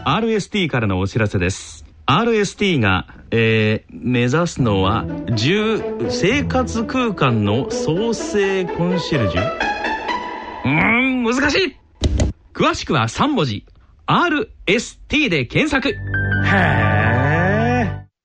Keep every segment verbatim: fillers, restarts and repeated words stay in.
アールエスティー からのお知らせです。 アールエスティー が、えー、目指すのは住生活空間の創生コンシェルジュ。うーん難しい。詳しくはさん文字 アールエスティー で検索。へー。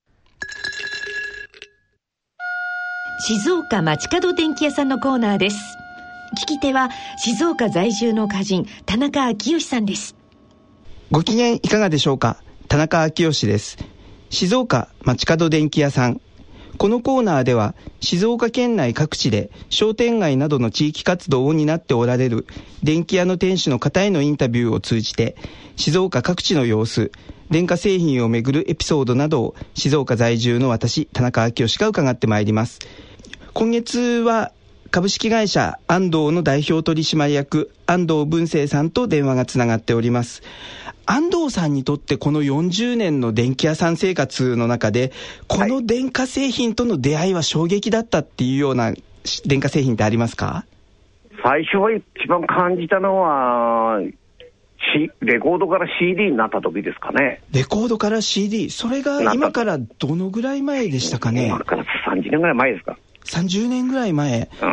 静岡街角電気屋さんのコーナーです。聞き手は静岡在住の歌人田中昭義さんです。 ご機嫌いかがでしょうか。田中昭義です。静岡街角電気屋さん。このコーナーでは静岡県内各地で商店街などの地域活動を担っておられる電気屋の店主の方へのインタビューを通じて静岡各地の様子、電化製品をめぐるエピソードなどを静岡在住の私田中昭義が伺ってまいります。今月は株式会社安藤の代表取締役安藤文生さんと電話がつながっております。安藤さんにとってこのよんじゅうねんの電気屋さん生活の中でこの電化製品との出会いは衝撃だったっていうような電化製品ってありますか？ 最初は一番感じたのはレコードから シーディー になった時ですかね。 レコードから シーディー、 それが今からどのぐらい前でしたかね。 今からさんじゅうねんぐらい前ですか。 さんじゅうねんぐらい前。うん、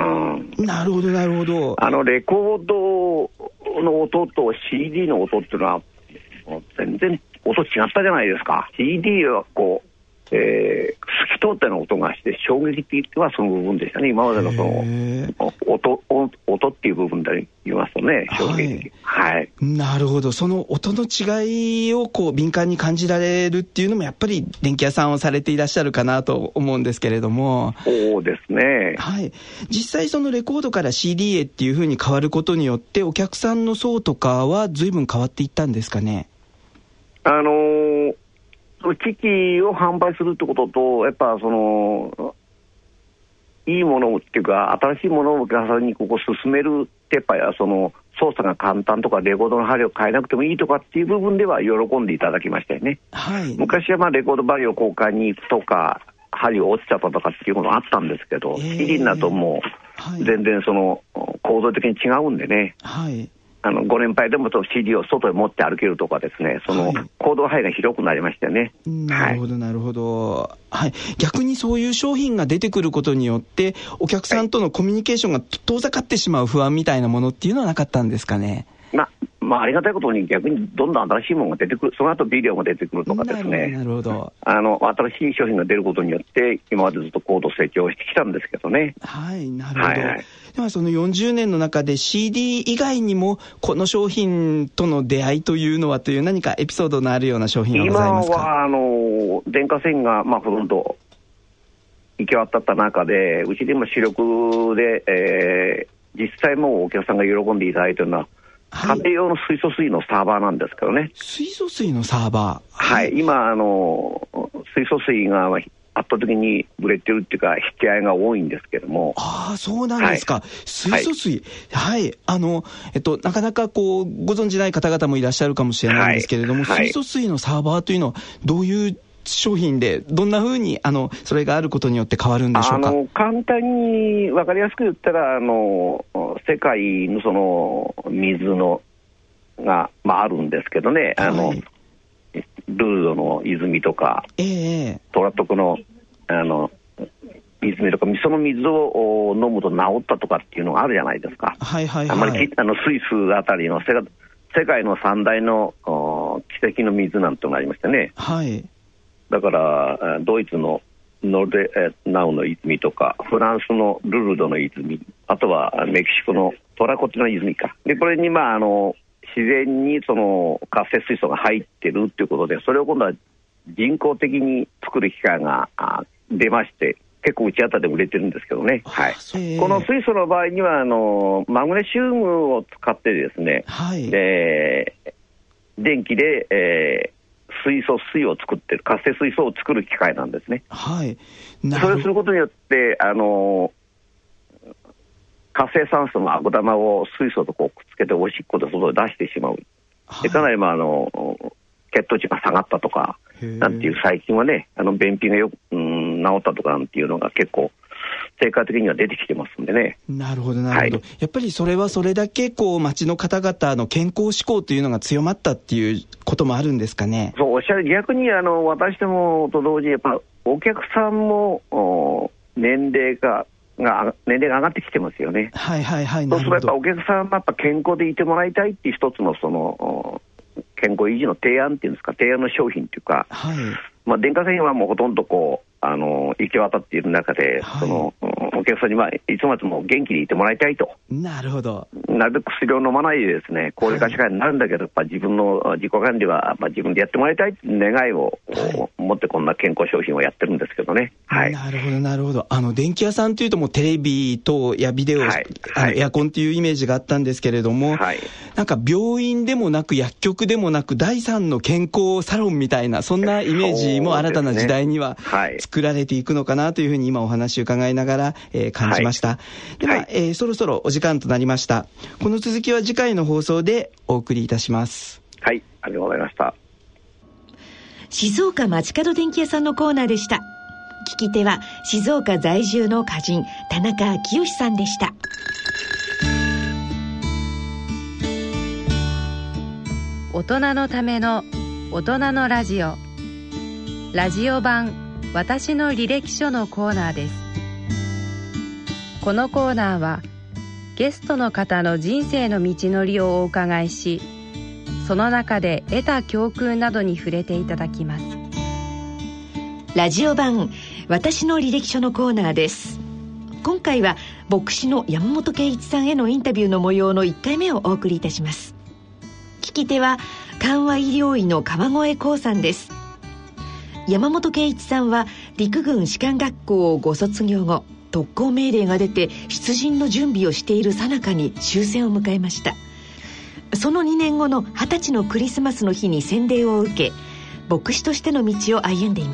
なるほどなるほど。 あのレコードの音と シーディー の音っていうのは全然音違ったじゃないですか。 シーディー はこう、えー、透き通ったような音がして衝撃的はその部分でしたね。今までのその音, 音っていう部分で言いますとね、衝撃的、はいはい、 なるほど。その音の違いをこう敏感に感じられるっていうのもやっぱり電気屋さんをされていらっしゃるかなと思うんですけれども。 そうですね、 はい、実際そのレコードから シーディー へっていう風に変わることによってお客さんの層とかは随分変わっていったんですかね。 あのー、機器を販売するってこととやっぱそのいいものっていうか新しいものをお客さんにここ進めるってやっぱりその操作が簡単とかレコードの針を変えなくてもいいとかっていう部分では喜んでいただきましたよね、はい、昔はまあレコード針を交換に行くとか針を落ちちゃったとかっていうことがあったんですけど、えー、シーディー になるともう全然その構造的に違うんでね、はい、あのご年配でも シーディー を外へ持って歩けるとかですね、その行動範囲が広くなりましたよね、はい、 なるほどなるほど、はい、逆にそういう商品が出てくることによってお客さんとのコミュニケーションが遠ざかってしまう不安みたいなものっていうのはなかったんですかね。 ままあ、ありがたいことに逆にどんどん新しいものが出てくる、その後ビデオも出てくるとかですね、 なるほど、 あの新しい商品が出ることによって今までずっと高度成長してきたんですけどね。 はい、なるほど、はいはい、ではそのよんじゅうねんの中で シーディー 以外にもこの商品との出会いというのはという何かエピソードのあるような商品はございますか？ 今はあの電化製品がまあほとんど行き渡った中でうちでも主力で、えー、実際もうお客さんが喜んでいただいているのは家庭用の水素水のサーバーなんですけどね。 水素水のサーバー、 はい、はい、今あの水素水が圧倒的に売れてるっていうか引き合いが多いんですけども。 ああ、そうなんですか、はい、水素水、はい、はい、あのえっとなかなかこうご存じない方々もいらっしゃるかもしれないんですけれども、はいはい、水素水のサーバーというのはどういう商品でどんな風にあのそれがあることによって変わるんでしょうか？ あの簡単に分かりやすく言ったらあの世界のその水のが、まあ、あるんですけどね、はい、あのルードの泉とか、えー、トラトクのあの泉とかその水を飲むと治ったとかっていうのがあるじゃないですか、はいはいはい、あまりあのスイスあたりの世界の三大の奇跡の水なんてのがありましてね、はい、だからドイツのノルデナウの泉とかフランスのルルドの泉、あとはメキシコのトラコテの泉かで、これにまああの自然にその活性水素が入ってるっていうことでそれを今度は人工的に作る機械が出まして結構うちあたりで売れてるんですけどね、はい、この水素の場合にはあのマグネシウムを使ってですね、はい、で電気で、えー水素水を作ってる活性水素を作る機械なんですね、はい、それをすることによってあの活性酸素の悪玉を水素とこうくっつけておしっこで外で出してしまう、はい、でかなり、まあ、あの血糖値が下がったとかなんていう最近はねあの便秘がよく、うん、治ったとかなんていうのが結構成果的には出てきてますんでね。 なるほどなるほど、はい、やっぱりそれはそれだけこう町の方々の健康志向というのが強まったっていうこともあるんですかね。 そうおっしゃる。逆にあの私どもと同時にやっぱお客さんも年齢がが年齢が上がってきてますよね。 はいはいはい。 そうするとやっぱお客さんはやっぱ健康でいてもらいたいっていう一つのその健康維持の提案っていうんですか、提案の商品っていうか、 はい、 まあ、電化製品はもうほとんどこうあの行き渡っている中で、はい、そのお客さんに、まあ、いつまでも元気にいてもらいたいと。 なるほど。 なるべく薬を飲まないでですね、高齢化社会になるんだけど、はい、やっぱ自分の自己管理は、まあ、自分でやってもらいたいという願いを、はい、持ってこんな健康商品をやってるんですけどね。はい、 なるほどなるほど。あの電気屋さんというともうテレビ等やビデオ、はい、あのエアコンというイメージがあったんですけれども、はい、なんか病院でもなく薬局でもなく第三の健康サロンみたいな、そんなイメージも新たな時代には作られていくのかなというふうに今お話を伺いながら、えー、感じました。はい、では、はい、えー、そろそろお時間となりました。この続きは次回の放送でお送りいたします。 はい、ありがとうございました。 静岡街角電気屋さんのコーナーでした。聞き手は静岡在住の歌人田中昭義さんでした。 大人のための大人のラジオ、ラジオ版私の履歴書のコーナーです。このコーナーはゲストの方の人生の道のりをお伺いし、その中で得た教訓などに触れていただきます。 ラジオ版私の履歴書のコーナーです。今回は牧師の山本圭一さんへのインタビューの模様のいっかいめをお送りいたします。聞き手は緩和医療医の川越光さんです。山本圭一さんは陸軍士官学校をご卒業後、特攻命令が出て出陣の準備をしている最中に終戦を迎えました。そのにねんごのはたちのクリスマスの日に洗礼を受け、牧師としての道を歩んでいます。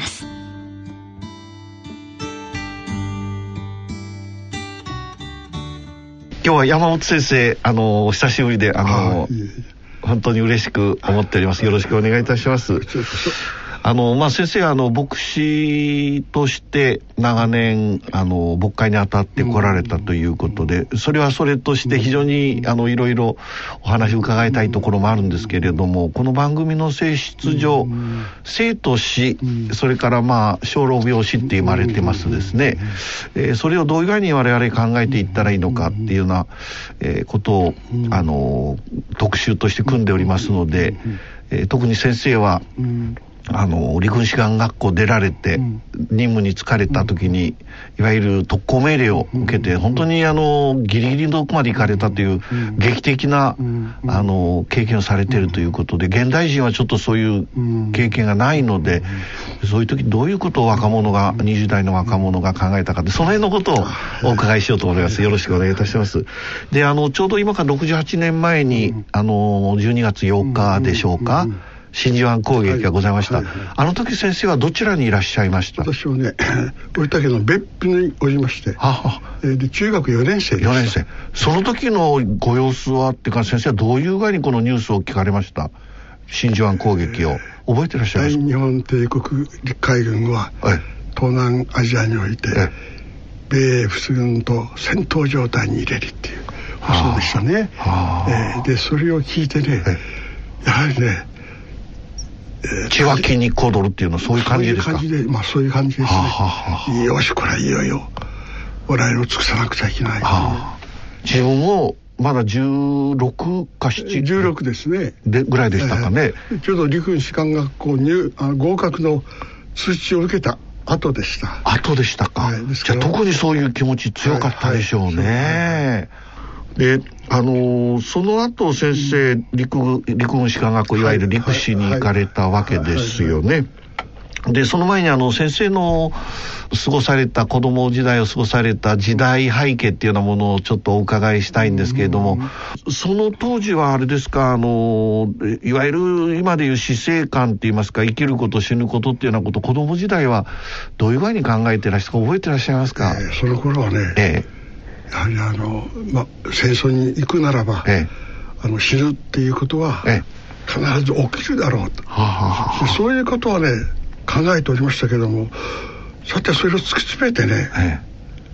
今日は山本先生、あのお久しぶりで、あの本当に嬉しく思っております。よろしくお願いいたします。あのまあ、先生はあの牧師として長年あの牧会に当たってこられたということで、それはそれとして非常にあのいろいろお話を伺いたいところもあるんですけれども、この番組の性質上、生と死、それからまあ生老病死って言われてますですね、えー、それをどういうふうに我々考えていったらいいのかっていうような、えー、ことをあの特集として組んでおりますので、えー、特に先生はあの陸軍士官学校出られて任務に就かれた時にいわゆる特攻命令を受けて本当にあのギリギリのとこまで行かれたという劇的なあの経験をされているということで、現代人はちょっとそういう経験がないので、そういう時どういうことを若者がにじゅう代の若者が考えたかって、その辺のことをお伺いしようと思います。よろしくお願いいたします。で、あのちょうど今からろくじゅうはちねんまえにあのじゅうにがつよっかでしょうか、真珠湾攻撃がございました、はいはいはい、あの時先生はどちらにいらっしゃいました？ 私はね大分県の別府におりまして、ははで中学よねん生でした。 よねん生。その時のご様子はっていうか、先生はどういう具合にこのニュースを聞かれました？真珠湾攻撃を覚えてらっしゃいますか？ 大日本帝国陸海軍は、はい、東南アジアにおいて、はい、米英仏軍と戦闘状態に入れるっていう放送でしたね。えー、でそれを聞いてね、はい、やはりね血は気にこどるっていうのはそういう感じですか？ そういう感じで、まあそういう感じですね。はあはあ、よしこれはいよいよ我々を尽くさなくちゃいけない、はあ、 自分もまだじゅうろくかななじゅうろくですねでぐらいでしたかね、 えー、ちょうど陸軍士官学校入あ合格の通知を受けた後でした。 後でしたか、はい、ですからじゃあ特にそういう気持ち強かったでしょうね、はいはい、であのー、その後先生陸、陸軍士官学校、いわゆる陸士に行かれたわけですよね。でその前にあの先生の過ごされた子供時代を過ごされた時代背景っていうようなものをちょっとお伺いしたいんですけれども、その当時はあれですか、あのいわゆる今でいう死生観って言いますか、生きること死ぬことっていうようなこと、子供時代はどういうふうに考えてらっしゃるか覚えてらっしゃいますか？ えー、その頃はね、えー、やはりあの、ま、戦争に行くならば、えー、あの死ぬっていうことは、えー、必ず起きるだろうと、はあはあ、そういうことはね考えておりましたけども、さてそれを突き詰めてね、え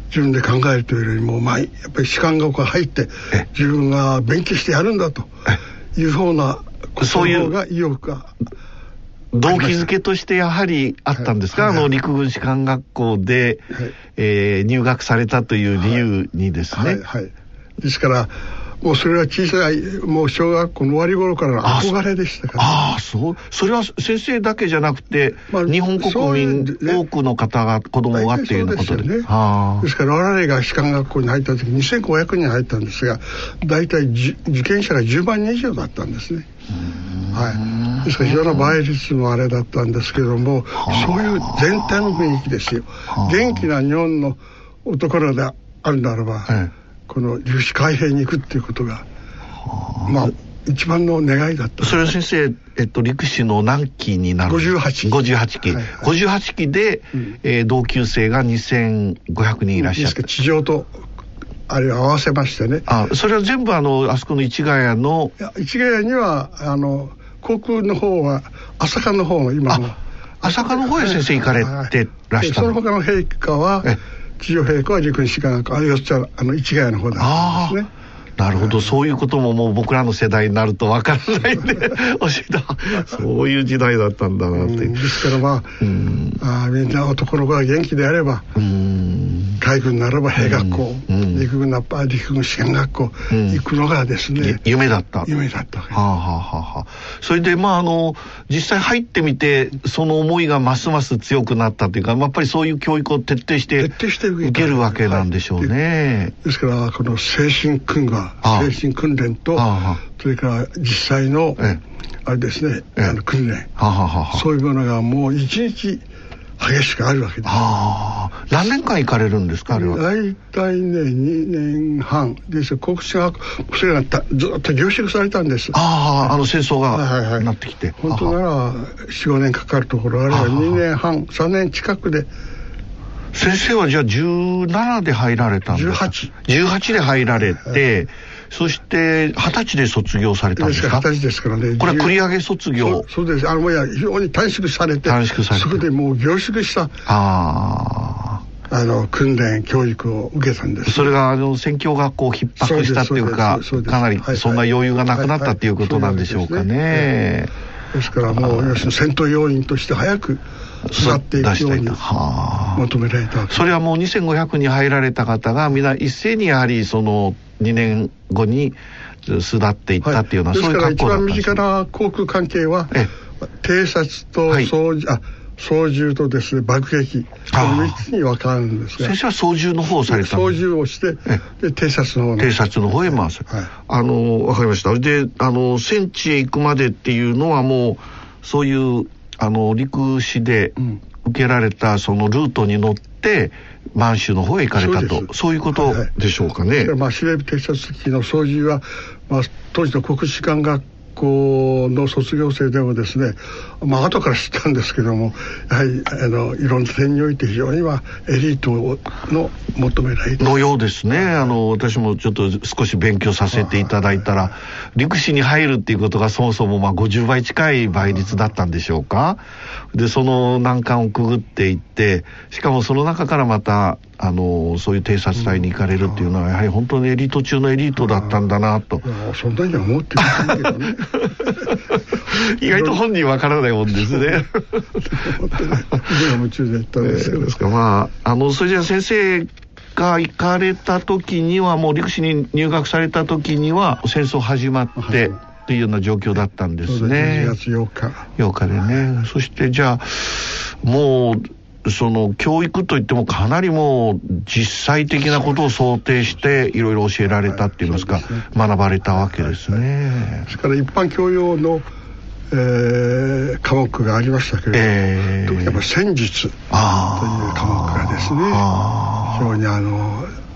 自分で考えるというよりも、まあ、やっぱり士官学校入って自分が勉強してやるんだというふうなことの方が意欲が動機づけとしてやはりあったんですか、はい、あの陸軍士官学校で、はいえー、入学されたという理由にですね、 はいはいはい、ですからもうそれは小さいもう小学校の終わり頃からの憧れでしたから、ね、 ああそうそれは先生だけじゃなくて、まあ、日本国民、ね、多くの方が子供がっていうようなことで、 ですよね、あですから我々が士官学校に入った時にせんごひゃくにん入ったんですが大体受験者がじゅうまんにん以上だったんですね。はい、ですから非常な倍率のあれだったんですけども、そういう全体の雰囲気ですよ。元気な日本の男らであるならば、はい、この粒子海兵に行くっていうことがまあ一番の願いだった。 それは先生、えっと、陸士の何期になるごじゅうはちきごじゅうはちき、はいはい、ごじゅうはちきで、うんえー、同級生がにせんごひゃくにんいらっしゃる、うん、 地上とあれを合わせましてね。 あそれは全部あのあそこの市ヶ谷のいや市ヶ谷にはあの航空の方は朝霞の方の今の朝霞の方へ先生行かれてらしたの、 その他の陛下は地上陛下は陸軍士官学校あるいはあの市ヶ谷の方だったんですね。 なるほど、そういうことももう僕らの世代になるとわからないんで教えたそういう時代だったんだなって。 ですからまあ、あみんな男の子が元気であれば海軍ならば兵学校、陸軍ならば陸軍士官学校行くのがですね、 夢だった夢だったわけです。 はあはあはあ、それでまああの実際入ってみてその思いがますます強くなったというか、やっぱりそういう教育を徹底して徹底して受けるわけなんでしょうね。 ですからこの精神訓が精神訓練とそれから実際のあれですね、あの訓練、そういうものがもう一日激しくあるわけです。 何年間行かれるんですかあれは。 大体ねにねんはんですよ。国士学それがずっと凝縮されたんです。 あああの戦争がなってきて、はいはいはい、本当なら よん,ご 年かかるところあれはにねんはんさんねん近くで。 先生はじゃあじゅうななで入られたんですか。じゅうはちじゅうはちで入られて、はい、そしてはたちで卒業されたんですか。 はたちですからね。 これは繰り上げ卒業。 そ う, そうです。あのもうや非常に短縮されて短縮されてそこでもう凝縮したああの訓練教育を受けたんです。 それがあの宣教学校を逼迫したっていうかかなりそんな余裕がなくなったっていうことなんでしょうかね。 ですからもう要するに戦闘要員として早く育っていくように求められた。 それはもうにせんごひゃくに入られた方が皆一斉にやはりそのにねんごに巣立っていったっていうのは、はい、そういう格好だったんです。 ですから一番身近な航空関係は偵察と操縦、はい、あ操縦とですね爆撃このみっつに分かるんですが、 先生は操縦の方をされたんです。 操縦をしてで偵察の方偵察の方へ回す、はい、あの分かりました。であの戦地へ行くまでっていうのはもうそういうあの陸士で受けられたそのルートに乗って満州の方へ行かれたと、そう、そういうことでしょうかね。はいはい、 まあ、司令部偵察機の操縦は、まあ、当時の国士官学校の卒業生でもですね、まあ後から知ったんですけども、やはりあのいろんな点において非常にはエリートの求められてのようですね。あの私もちょっと少し勉強させていただいたら、陸士に入るっていうことがそもそもまあごじゅうばい近い倍率だったんでしょうか。でその難関をくぐっていって、しかもその中からまたあのそういう偵察隊に行かれるっていうのはやはり本当にエリート中のエリートだったんだなと。 そんなには思ってないけどね意外と本人わからないもんですね夢中でやったんですけど、 ですか。まああのそれじゃあ先生が行かれた時にはもう陸士に入学された時には戦争始まってっていうような状況だったんですね。 じゅうがつようかようかでね。そしてじゃあもうその教育といってもかなりもう実際的なことを想定していろいろ教えられたっていいますか、はい、ね、学ばれたわけですね。 ですから一般教養の、えー、科目がありましたけれども、えー、やっぱ戦術という科目がですね非常にあの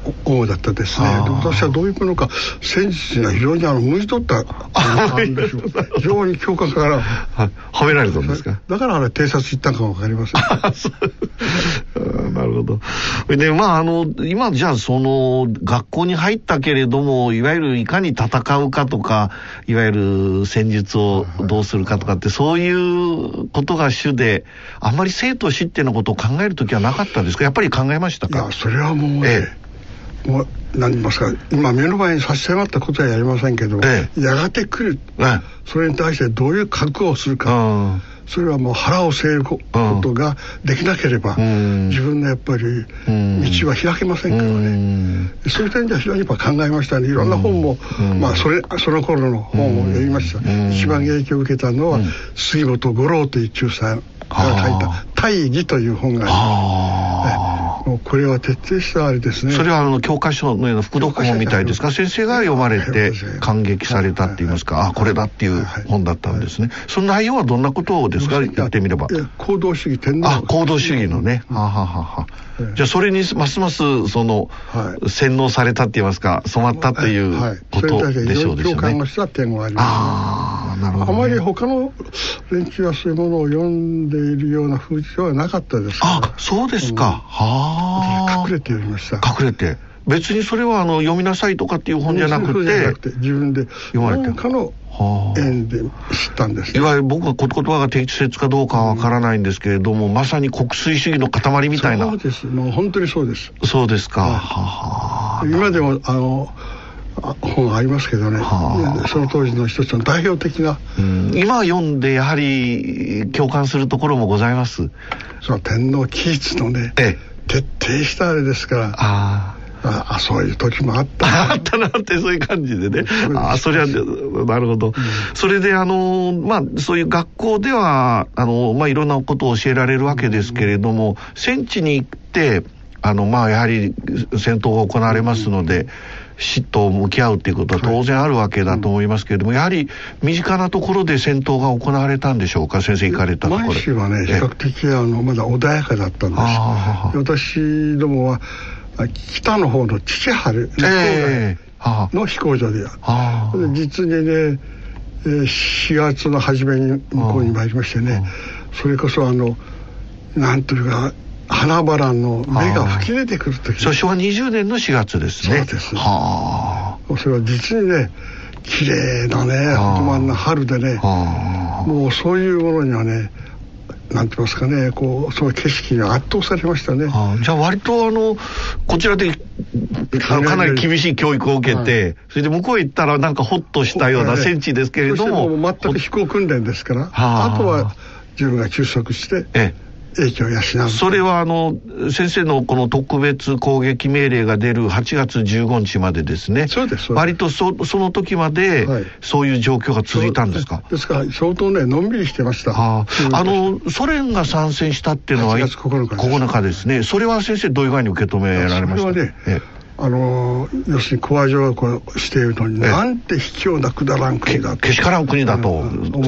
主だったですね。で私はどういうものか戦術には非常にあの向いとったあるんですよ。非常に教科から褒められたんですか。 だからあれ偵察行ったのか分かりません。 なるほど。でまああの今じゃあその学校に入ったけれどもいわゆるいかに戦うかとかいわゆる戦術をどうするかとかってそういうことが主であんまり生と死っていうのことを考えるときはなかったんですか。やっぱり考えましたか。 いやそれはもうね、ええもう何言いますか今目の前に差し迫ったことはやりませんけど、ええ、やがて来る、ええ、それに対してどういう覚悟をするか、それはもう腹を据えることができなければ、自分のやっぱり道は開けませんからね。そういう点では非常にやっぱ考えましたね。いろんな本も、まあそれその頃の本を読みました。一番影響を受けたのは杉本五郎という中佐が書いた「大義」という本があります。もうこれは徹底したあれですね。 それはあの教科書のような副読本みたいですか。先生が読まれて感激されたって言いますか、あこれだっていう本だったんですね。その内容はどんなことですか、言ってみれば。 行動主義天皇。 あ行動主義のね、はははは。じゃあそれにますますその、はい、洗脳されたって言いますか染まったということでしょうですよね。共感をした点はあります、ね。ああなるほど、ね。あまり他の連中はそういうものを読んでいるような風潮はなかったですから。 あそうですか。はあ。隠れて読みました。 隠れて。別にそれはあの読みなさいとかっていう本じゃなくて、 自分で読まれて何かの縁で知ったんです、ね。 いわゆる僕は言葉が適切かどうかはわからないんですけれども、うん、まさに国粋主義の塊みたいな。 そうです。もう本当にそうです。 そうですか。はは今でもあの本がありますけどね。その当時の一つの代表的な、 うん、今読んでやはり共感するところもございます。 その天皇起立のね、ええ、徹底したあれですから。あああそういう時もあったあったなってそういう感じでね。あそれはなるほど、うん、それであのまあそういう学校ではあのまあいろんなことを教えられるわけですけれども、うん、戦地に行ってあのまあやはり戦闘が行われますので、うん、死と向き合うということは当然あるわけだと思いますけれども、はい、やはり身近なところで戦闘が行われたんでしょうか。先生行かれたところ。 満州はね比較的あのまだ穏やかだったんです。私どもは北の方の父春の飛行場で、えー、実にねしがつの初めに向こうに参りましてね、それこそあのなんというか花々の芽が吹き出てくる時、 それしょうわにじゅうねんのしがつですね。 そうです。はあ、それは実にね綺麗なね本番の春でね、もうそういうものにはねなんて言いますかね、こうその景色に圧倒されましたね。 あじゃあ割とあのこちらでかなり厳しい教育を受けて、はい、それで向こうへ行ったらなんかホッとしたような戦地ですけれども、 もう全く飛行訓練ですから、あとは自分が休息してええ影響を養う。 それはあの先生のこの特別攻撃命令が出るはちがつじゅうごにちまでですね。 そうです。 割と そ, その時まで、はい、そういう状況が続いたんですか。 ですから相当ねのんびりしてました。 ああのソ連が参戦したっていうのははちがつここのかです。ここのかですね。それは先生どういうふうに受け止められました。それはね、ええあの要するに講和条約をしているのになんて卑怯なくだらん国だと、 けしからん国だと、うん、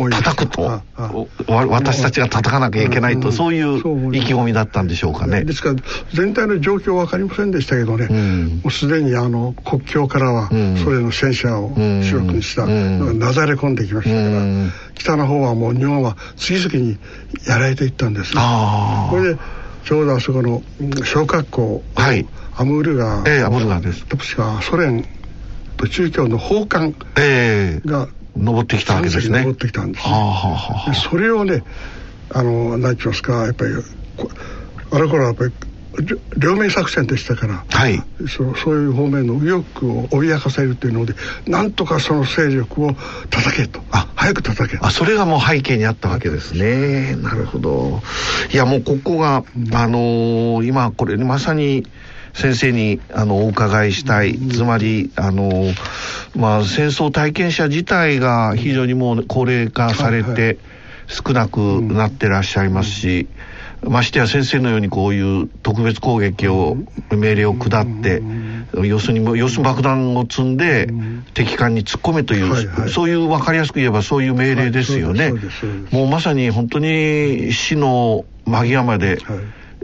叩くと、ああ私たちが叩かなきゃいけないと、うん、そういう意気込みだったんでしょうかね。 ですから全体の状況は分かりませんでしたけどね、うん、もうすでにあの国境からはソ連の戦車を主力にしたのがなだれ込んできましたから、うん、北の方はもう日本は次々にやられていったんです、ね、あこれでちょうどあそこの小学校、はいアムール川、 えー、アムール川です。 確かソ連と中共の砲艦が、 えー、登ってきたわけですね。 登ってきたんです、ね。はあはあ、それをね、あの何て言いますか、やっぱりあの頃はやっぱり両面作戦でしたから、はい、そ, そういう方面の右翼を脅かせるというので、なんとかその勢力を叩けと、あ早く叩け。 あそれがもう背景にあったわけですね。なるほど。いやもうここが、うん、あのー、今これまさに先生にあのお伺いしたい、つまりあの、まあ、戦争体験者自体が非常にもう高齢化されて少なくなってらっしゃいますし、ましてや先生のようにこういう特別攻撃を命令を下って要するに要するに爆弾を積んで敵艦に突っ込めという、はいはい、そういう分かりやすく言えばそういう命令ですよね、はい、もうまさに本当に死の間際まで、はい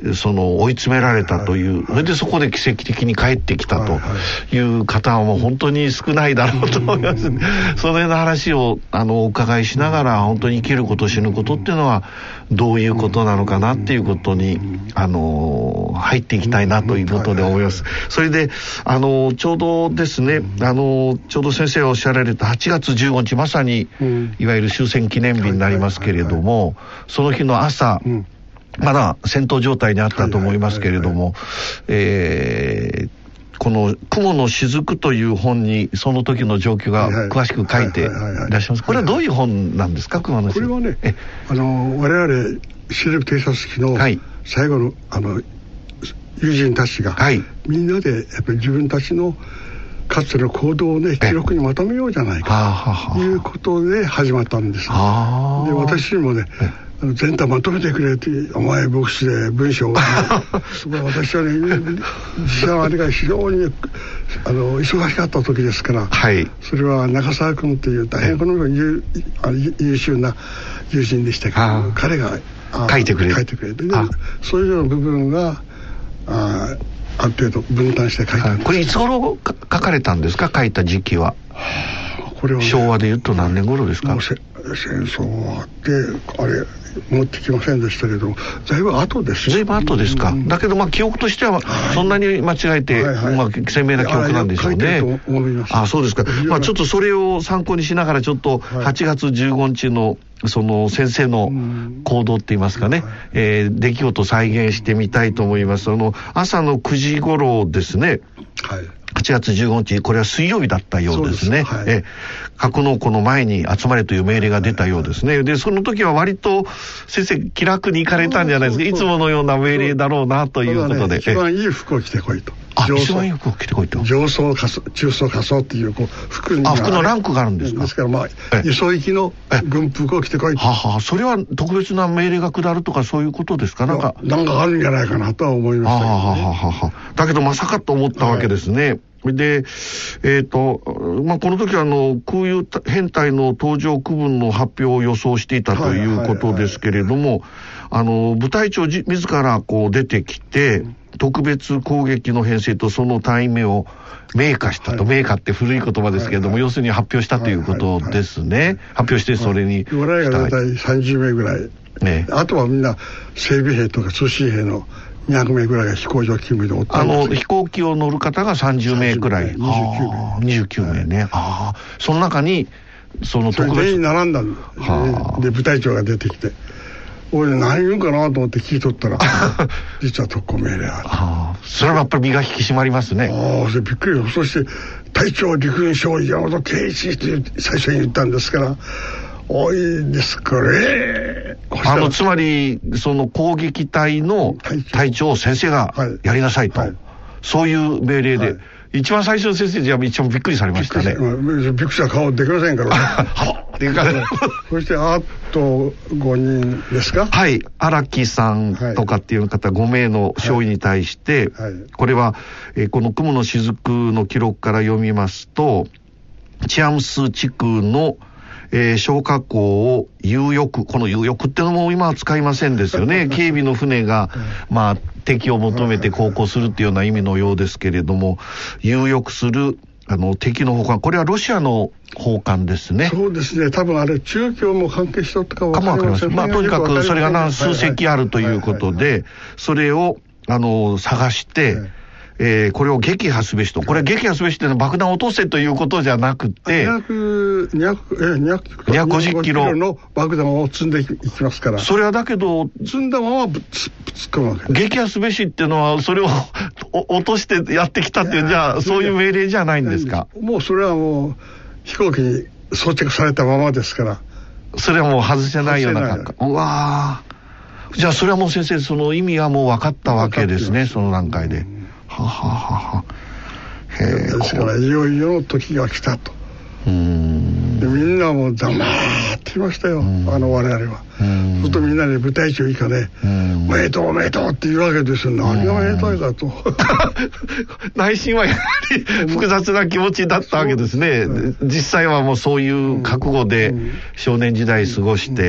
その追い詰められたという、それでそこで奇跡的に帰ってきたという方はもう本当に少ないだろうと思います、ね、その辺の話をあのお伺いしながら、本当に生きること死ぬことっていうのはどういうことなのかなっていうことにあの入っていきたいなということで思います。それであのちょうどですね、あのちょうど先生がおっしゃられたはちがつじゅうごにち、まさにいわゆる終戦記念日になりますけれども、その日の朝、まだ戦闘状態にあったと思いますけれども、えー、この雲の雫という本にその時の状況が詳しく書いていらっしゃいます。これはどういう本なんですか、雲の雫。 これはね、あの我々シルブ偵察機の最後の、あの友人たちが、はい、みんなでやっぱり自分たちのかつての行動をね記録にまとめようじゃないかということで始まったんです。で私にもね、全体まとめてくれってお前牧師で文章を私はね実際あれが非常にあの忙しかった時ですから、はい、それは中澤君っていう大変この優, 優秀な友人でしたけど、彼が書いてくれ書いてくれて、ね、そういうような部分があある程度分担して書いてあるんです。 これいつ頃書かれたんですか、書いた時期は。 これは、ね、 昭和でいうと何年頃ですか。 戦争あってあれ持ってきませんでしたけど、だいぶ後です。 だいぶ後ですか、うん、だけどまあ記憶としてはそんなに間違えて、はいはい、まあ、鮮明な記憶なんでしょうね。ああ、そうですか。まあちょっとそれを参考にしながらちょっとはちがつじゅうごにちのその先生の行動って言いますかね、はい、えー、出来事を再現してみたいと思います。あの朝のくじ頃ですね、はい、はちがつじゅうごにち、これは水曜日だったようですね。はい、え格納庫の前に集まれという命令が出たようですね。でその時は割と先生気楽に行かれたんじゃないですか。いつものような命令だろうなということで、ね、 一番いい服を着てこいと。 あ、一番いい服を着てこいと。 上層下層中層下層っていうこう服にあ服のランクがあるんですか。 ですからまあ輸送行きの軍服を着てこいと。 ははそれは特別な命令が下るとかそういうことですか。なんかなんかあるんじゃないかなとは思いましたけど、ね、ははははだけどまさかと思ったわけですね。はい、で、えーとまあ、この時はあの空輸編隊の登場区分の発表を予想していたということですけれども、あの部隊長自らこう出てきて、うん、特別攻撃の編成とその単位目を明下したと、はい、明下って古い言葉ですけれども、はいはい、要するに発表したということですね。はいはいはい、発表してそれに、 はい、我々が大体さんじゅうめいぐらい、ね、あとはみんな整備兵とか通信兵のにひゃくめいぐらいが飛行場勤務でおったんです。 あの飛行機を乗る方がさんじゅうめいくらい、 にじゅうきゅうめい、 にじゅうきゅうめいね、はい、ああその中にその特別全員並んだんで、で部隊長が出てきて、俺何言うんかなと思って聞いとったら実は特攻命令ある。 あそれはやっぱり身が引き締まりますね。 ああそれびっくり。そして隊長陸軍将山本圭一って最初に言ったんですから、多いですかね。 あのつまりその攻撃隊の隊長を先生がやりなさいと、はいはい、そういう命令で、はい、一番最初の先生じゃ一番びっくりされましたね。 びっくりした顔できませんからねはっっていうかねそしてあとごにんですか。 はい、荒木さんとかっていう方ごめいの少尉に対して、はいはい、これは、えー、この雲の雫の記録から読みますと、チアムス地区のえー、消火口を有翼、この有翼ってのも今は使いませんですよね。警備の船が、まあ、敵を求めて航行するっていうような意味のようですけれども、有翼するあの敵の砲艦、これはロシアの砲艦ですね。 そうですね。多分あれ中共も関係しとったか分かりません。 まあとにかくそれが何数隻あるということで、それをあの探して、はい、えー、これを撃破すべしと。これ撃破すべしっていうのは爆弾を落とせということじゃなくて、にひゃくごじゅっキロの爆弾を積んでいきますから。 それはだけど積んだままぶつ突っ込むわけ。 撃破すべしっていうのはそれを落としてやってきたっていう、じゃあそういう命令じゃないんですか。 もうそれはもう飛行機に装着されたままですから。 それはもう外せないような感覚。うわー。じゃあそれはもう先生その意味はもう分かったわけですね、その段階で。ははははへえ。ですからいよいよの時が来たと。うーんでみんなもう黙っていましたよ、あの我々は。そうするとみんなで部隊長以下ね、おめでとうおめでとうって言うわけですよ。何がおめでとうかと内心はやはり複雑な気持ちだったわけですね。実際はもうそういう覚悟で少年時代過ごして、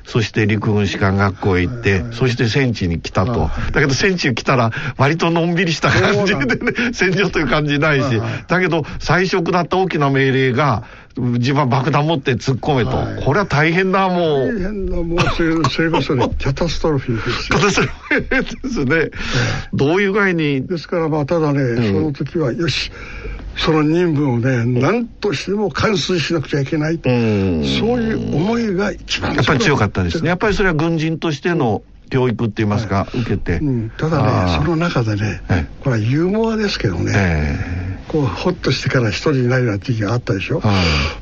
そして陸軍士官学校へ行って、はいはい、そして戦地に来たと、はい、だけど戦地に来たら割とのんびりした感じでね、戦場という感じないし、はいはい、だけど最初だった大きな命令が自分は爆弾持って突っ込めと、はい、これは大変な、もう大変な、もうそれ、それこそねキャタストロフィーですよ。 キャタストロフィーですね、ええ、どういう具合にですから、まあただね、うん、その時はよし、その任務をね何としても完遂しなくちゃいけないと、うん、そういう思いが一番やっぱり強かったですね。やっぱりそれは軍人としての教育って言いますか、はい、受けて、うん、 ただねその中でね、はい、これはユーモアですけどね、えー、こうホッとしてから一人になるような時期があったでしょ、はい、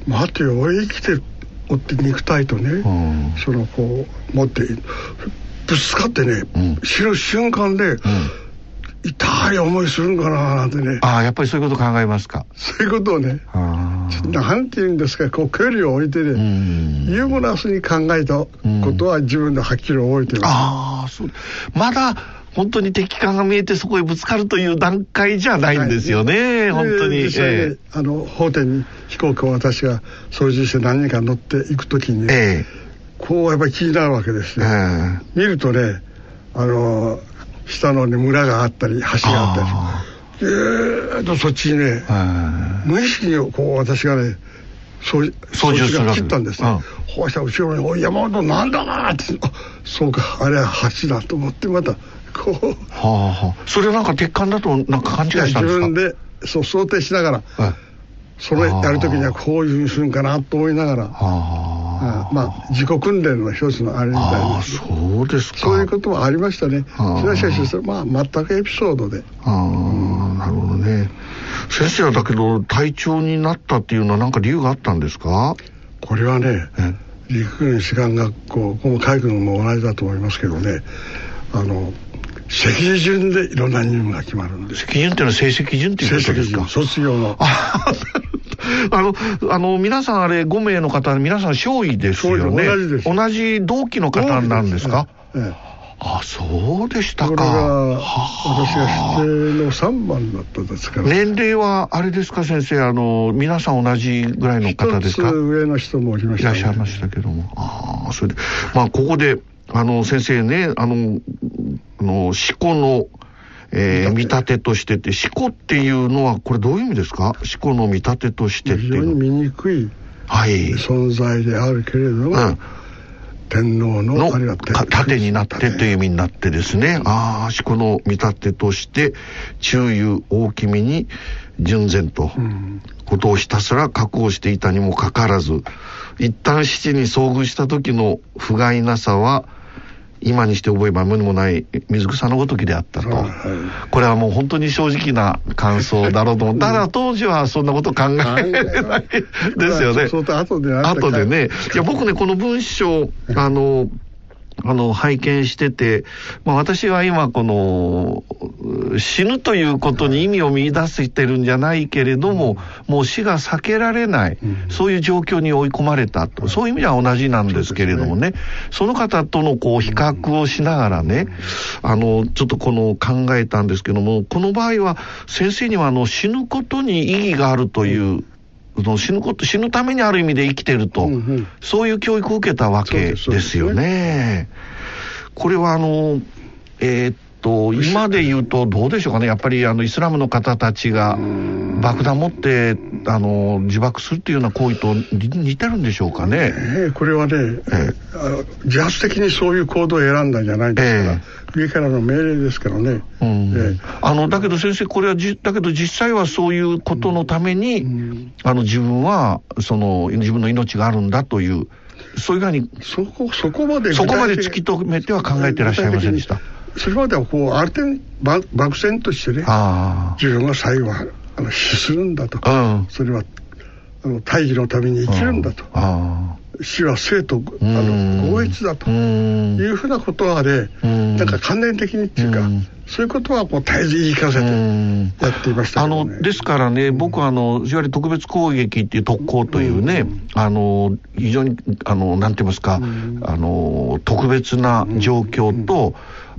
待てよ俺生きてるって肉体とね、うん、そのこう持ってぶつかってね、うん、知る瞬間で、うん、痛い思いするんかななんてね。 ああ、やっぱりそういうこと考えますか。 そういうことをね、なんていうんですか、こう距離を置いてね、ユーモラスに考えたことは自分ではっきり覚えてます。 ああ、そう。まだ本当に敵艦が見えてそこへぶつかるという段階じゃないんですよね、はい、本当に。 実際ね、えー、あの法廷に飛行機を私が操縦して何人か乗っていくときに、えー、こうやっぱり気になるわけですよ、えー、見るとね、あの下の、ね、村があったり橋があったり、えーとそっちにね、無意識にこう私がね操縦する切ったんですね。こうした後ろに「おい山本なんだな」って「あそうかあれは橋だ」と思ってまたこう、はあはあ、それなんか鉄管だとなんか勘違いしたんですか。 自分でそう想定しながら、はい、それやるときにはこういうふうにするんかなと思いながら、はあ、まあ自己訓練の一つのあれみたいです。 そうですか。 そういうこともありましたね。それはしかしまあ全くエピソードで。 ああ、うん、なるほどね。先生はだけど隊長になったっていうのは何か理由があったんですか。 これはね、陸軍士官学校、この海軍も同じだと思いますけどね、あの席順でいろんな任務が決まるんです。 席順っていうのは成績順っていうことですか。 成績順、卒業のあのあの皆さんあれご名の方皆さん少尉ですよね。 同じです。 同じ同期の方なんですか。 ええ、 あ、そうでしたか。これが私が指定のさんばんだったですから。 年齢はあれですか先生、あの皆さん同じぐらいの方ですか。 一つ上の人もおりました、 ね、いらっしゃいましたけども。ああ、それでまあここであの先生ね、あのあの四股の、えー、見立てとしてて、四股っていうのはこれどういう意味ですか。四股の見立てとしてっていうのは非常に見にくい存在であるけれども、はい、うん、天皇 の, のあるいは盾になってという意味になってですね、ああ、四股の見立てとして忠勇大君に純然とことをひたすら覚悟していたにもかかわらず、一旦七に遭遇した時の不甲斐なさは今にして覚えば無にもない水草のごときであったと、はい、これはもう本当に正直な感想だろうと思う。ただ当時はそんなこと考えないですよね。 後で後でね、いや僕ねこの文章あのあの拝見してて、まあ、私は今この死ぬということに意味を見出してるんじゃないけれども、うん、もう死が避けられない、うん、そういう状況に追い込まれたと、そういう意味では同じなんですけれどもね、 そ, ねその方とのこう比較をしながらね、うん、あのちょっとこの考えたんですけども、この場合は先生にはあの死ぬことに意義があるという、うん死ぬこと死ぬためにある意味で生きてると、うんうん、そういう教育を受けたわけですよ ね, ねこれはあのえー、っと今で言うとどうでしょうかね。やっぱりあのイスラムの方たちが爆弾持ってあの自爆するっていうような行為と似てるんでしょうかね。 えー、これはね、えー、あの自発的にそういう行動を選んだんじゃないですから、えー、上からの命令ですからね。 うん、えー、あのだけど先生これはじだけど実際はそういうことのために、うん、あの自分はその自分の命があるんだというそういうふうにそこそこまでそこまで突き止めては考えてらっしゃいませんでした。 それまではこうある程度漠然としてね、自分が最後はあの死するんだと、うん、それはあの大義のために生きるんだと、あ死は生とあの合一だというふうなことはね、なんか関連的にっていうか、そういうことはこう絶えず言い聞かせてやっていましたけど、ね、 あのですからね、僕はあのいわゆる特別攻撃っていう特攻というね、うん、あの非常にあのなんて言いますか、うん、あの特別な状況と、うん、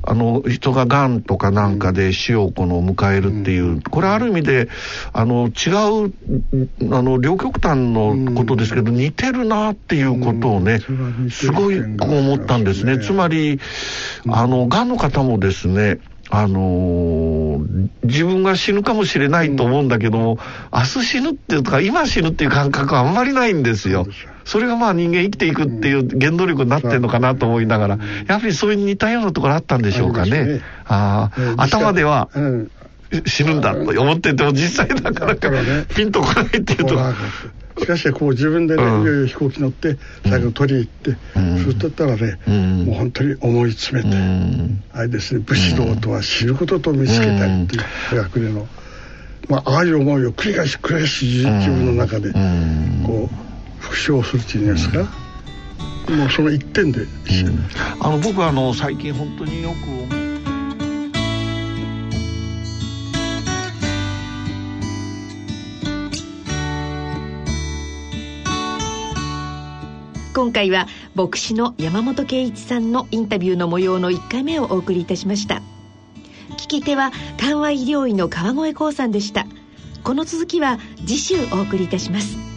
あの人ががんとかなんかで死をこの迎えるっていう、うん、これある意味であの違うあの両極端のことですけど、うん、似てるなっていうことをね、うん、すごい思ったんですね。つまりあのがんの方もですね、あのー、自分が死ぬかもしれないと思うんだけども、うん、明日死ぬっていうか今死ぬっていう感覚はあんまりないんですよ。それがまあ人間生きていくっていう原動力になってるのかなと思いながら、やっぱりそういう似たようなところあったんでしょうかね。ああ、うん、頭では、うん、死ぬんだと思ってても実際なかなかピンとこないっていうと、 しかしこう自分でね、うん、いよいよ飛行機乗って最後取り行って、うん、そういったらね、うん、もう本当に思い詰めて、うん、あれですね、武士道とは知ることと見つけたいっていう科学での、まあああいう思いを繰り返し繰り返し自分の中でこう復唱するっていうんですか、うん、もうその一点で、うん、 あの僕はあの最近本当によく思う今回は牧師の山本圭一さんのインタビューの模様のいっかいめをお送りいたしました。聞き手は緩和医療医の川越光さんでした。この続きは次週お送りいたします。